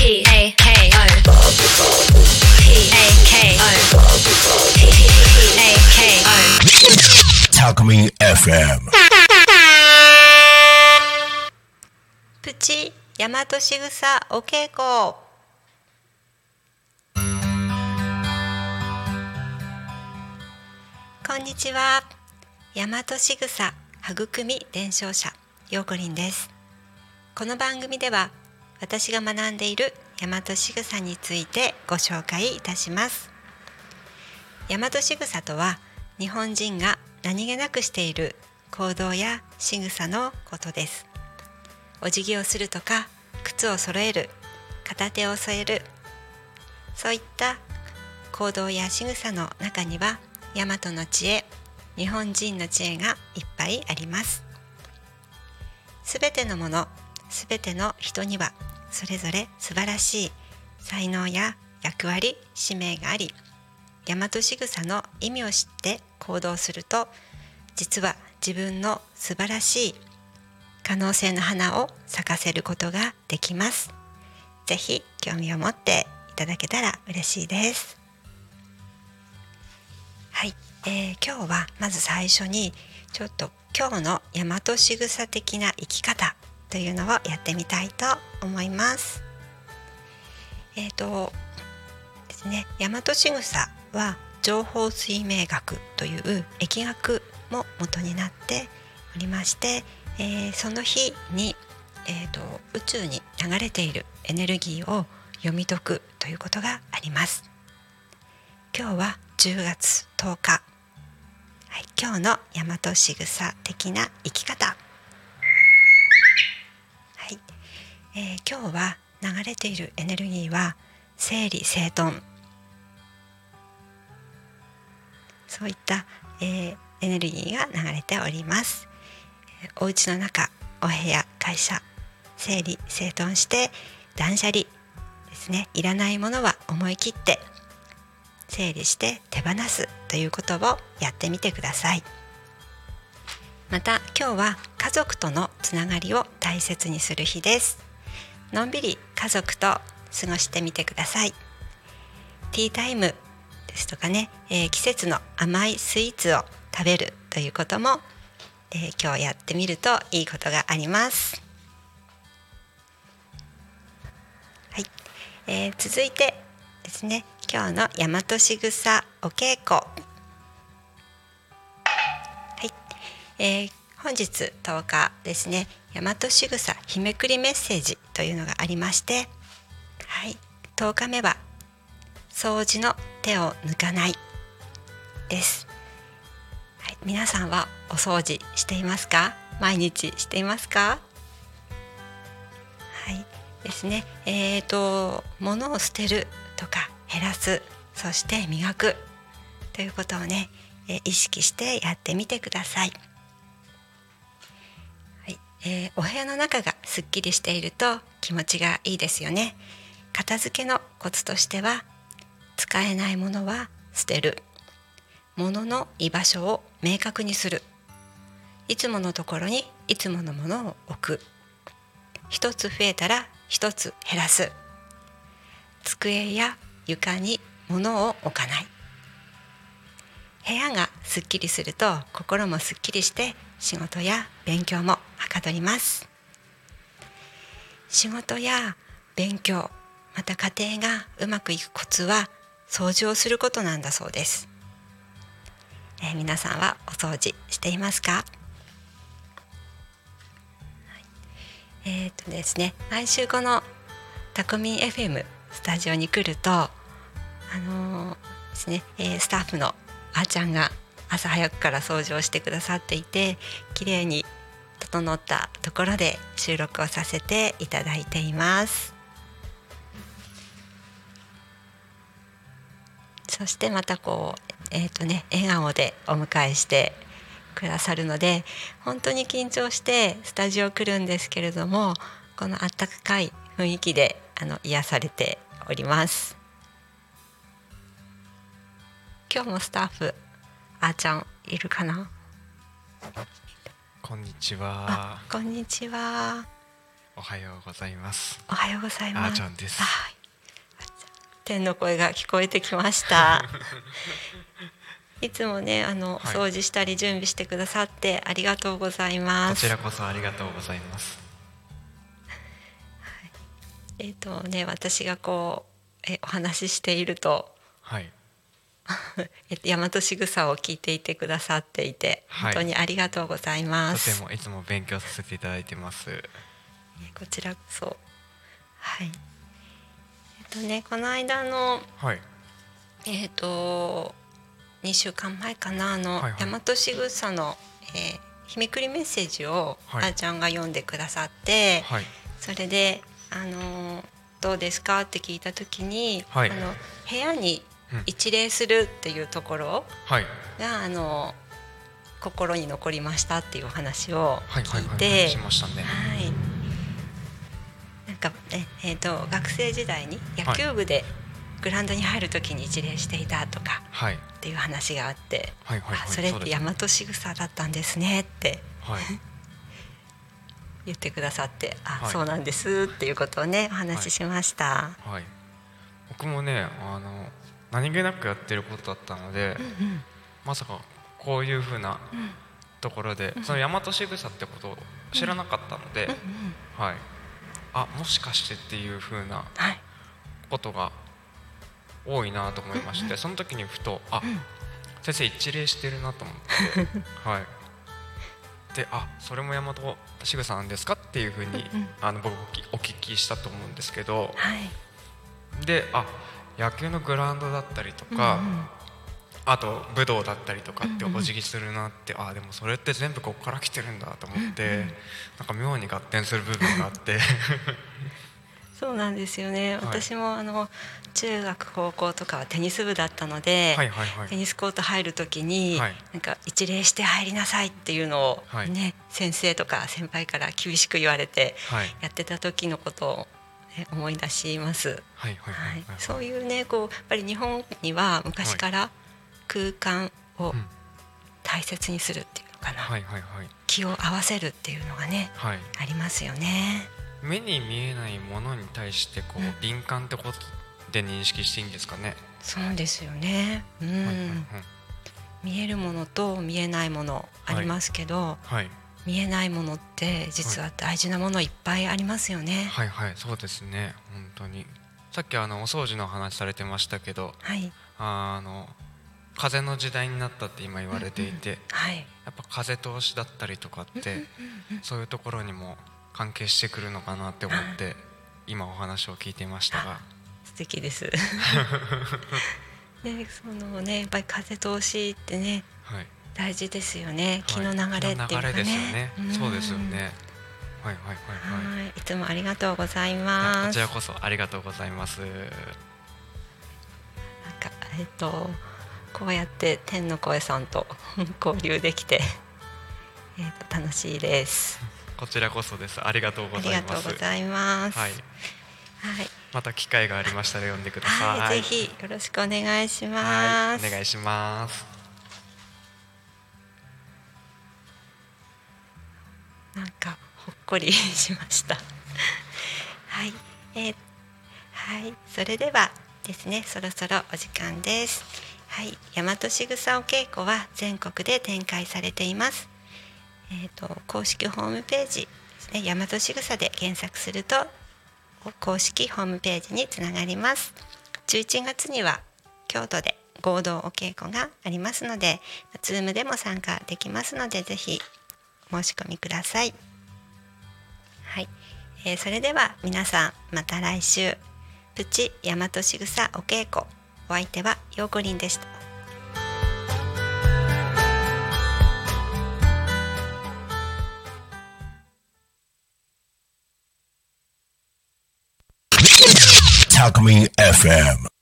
Talkme FM プチ大和しぐさお稽古。こんにちは。大和しぐさ育み伝承者ようこりんです。この番組では私が学んでいる大和しぐさについてご紹介いたします。大和しぐさとは日本人が何気なくしている行動や仕草のことです。お辞儀をするとか、靴を揃える、片手を添える、そういった行動や仕草の中には大和の知恵、日本人の知恵がいっぱいあります。すべてのもの、すべての人にはそれぞれ素晴らしい才能や役割、使命があり、大和しぐさの意味を知って行動すると、実は自分の素晴らしい可能性の花を咲かせることができます。ぜひ興味を持っていただけたら嬉しいです。はい、今日はまず最初にちょっと今日の大和しぐさ的な生き方というのをやってみたいと思います。ですね、大和しぐさは情報水明学という疫学も元になっておりまして、その日に、宇宙に流れているエネルギーを読み解くということがあります。今日は10月10日、はい、今日の大和しぐさ的な生き方、はい、今日は流れているエネルギーは整理整頓、そういった、エネルギーが流れております。お家の中、お部屋、会社、整理整頓して断捨離ですね。いらないものは思い切って整理して手放すということをやってみてください。また今日は家族とのつながりを大切にする日です。のんびり家族と過ごしてみてください。ティータイムですとかね、季節の甘いスイーツを食べるということも、今日やってみるといいことがあります。はい、続いてですね、今日の大和しぐさお稽古、はい、本日10日ですね、大和しぐさ日めくりメッセージというのがありまして、はい、10日目は掃除の手を抜かないです。はい、皆さんはお掃除していますか？毎日していますか？はいですね、物を捨てるとか減らす、そして磨くということをね、意識してやってみてください。はい、お部屋の中がすっきりしていると気持ちがいいですよね。片付けのコツとしては、使えないものは捨てる、物の居場所を明確にする、いつものところにいつものものを置く、一つ増えたら一つ減らす、机や床に物を置かない。部屋がすっきりすると心もすっきりして仕事や勉強もはかどります。仕事や勉強、また家庭がうまくいくコツは掃除をすることなんだそうです。皆さんはお掃除していますか？ですね、毎週このタコミン FM スタジオに来ると、ですね、スタッフのあーちゃんが朝早くから掃除をしてくださっていて、きれいに整ったところで収録をさせていただいています。そしてまたこう、笑顔でお迎えしてくださるので、本当に緊張してスタジオ来るんですけれども、このあったかい雰囲気で癒されております。今日もスタッフあーちゃんいるかな？ こんにちは。 こんにちは。 おはようございます。 おはようございます。 あーちゃんです。 天の声が聞こえてきましたいつもねお掃除したり準備してくださってありがとうございます。 こちらこそありがとうございます。 私がお話ししていると、 はい、 大和しぐさを聞いていてくださっていて、本当にありがとうございます。 とてもいつも勉強させていただいてます。 こちらこそ。はい。この間の、 はい、 2週間前かな大和しぐさの、日めくりメッセージを、あーちゃんが読んでくださって、それでどうですかって聞いた時に、部屋に一礼するっていうところが、心に残りましたっていうお話を聞いて、なんか学生時代に野球部でグラウンドに入る時に一礼していたとかっていう話があって、それって大和しぐさだったんですねって言ってくださって、そうなんですっていうことをねお話ししました。 僕もね何気なくやってることだったので、まさかこういう風なところで、その大和しぐさってことを知らなかったので、もしかしてっていう風なことが多いなと思いまして、その時にふと先生一礼してるなと思ってでそれも大和しぐさなんですかっていう風に僕お聞きしたと思うんですけど、で野球のグラウンドだったりとか、あと武道だったりとかってお辞儀するなって、でもそれって全部ここから来てるんだと思って、なんか妙に合点する部分があってそうなんですよね。私も中学高校とかはテニス部だったので、テニスコート入る時に、なんか一礼して入りなさいっていうのをね、先生とか先輩から厳しく言われてやってた時のことを思い出します。そういうねやっぱり日本には昔から空間を大切にするっていうのかな、気を合わせるっていうのがね、ありますよね。 目に見えないものに対して敏感ってことで認識していいんですかね。 そうですよね。見えるものと見えないものありますけど、見えないものって実は大事なものいっぱいありますよね。 そうですね。本当にさっきお掃除の話されてましたけど、風の時代になったって今言われていて、やっぱ風通しだったりとかってそういうところにも関係してくるのかなって思って今お話を聞いていましたが、 素敵ですそのねやっぱり風通しってね、大事ですよね。気の流れっていうかね。 そうですよね。 いつもありがとうございます。 こちらこそありがとうございます。なんかこうやって天の声さんと交流できて、楽しいです。 こちらこそです。ありがとうございます。 ありがとうございます。 また機会がありましたら読んでください。 ぜひよろしくお願いします。 お願いします。 なんかほっこりしましたそれではですね、そろそろお時間です。大和しぐさお稽古は全国で展開されています。公式ホームページですね、大和しぐさで検索すると公式ホームページにつながります。11月には京都で合同お稽古がありますので、Zoom でも参加できますので、ぜひお申し込みください。それでは皆さんまた来週。プチ大和しぐさお稽古、お相手はようこりんでした。 Talk Me FM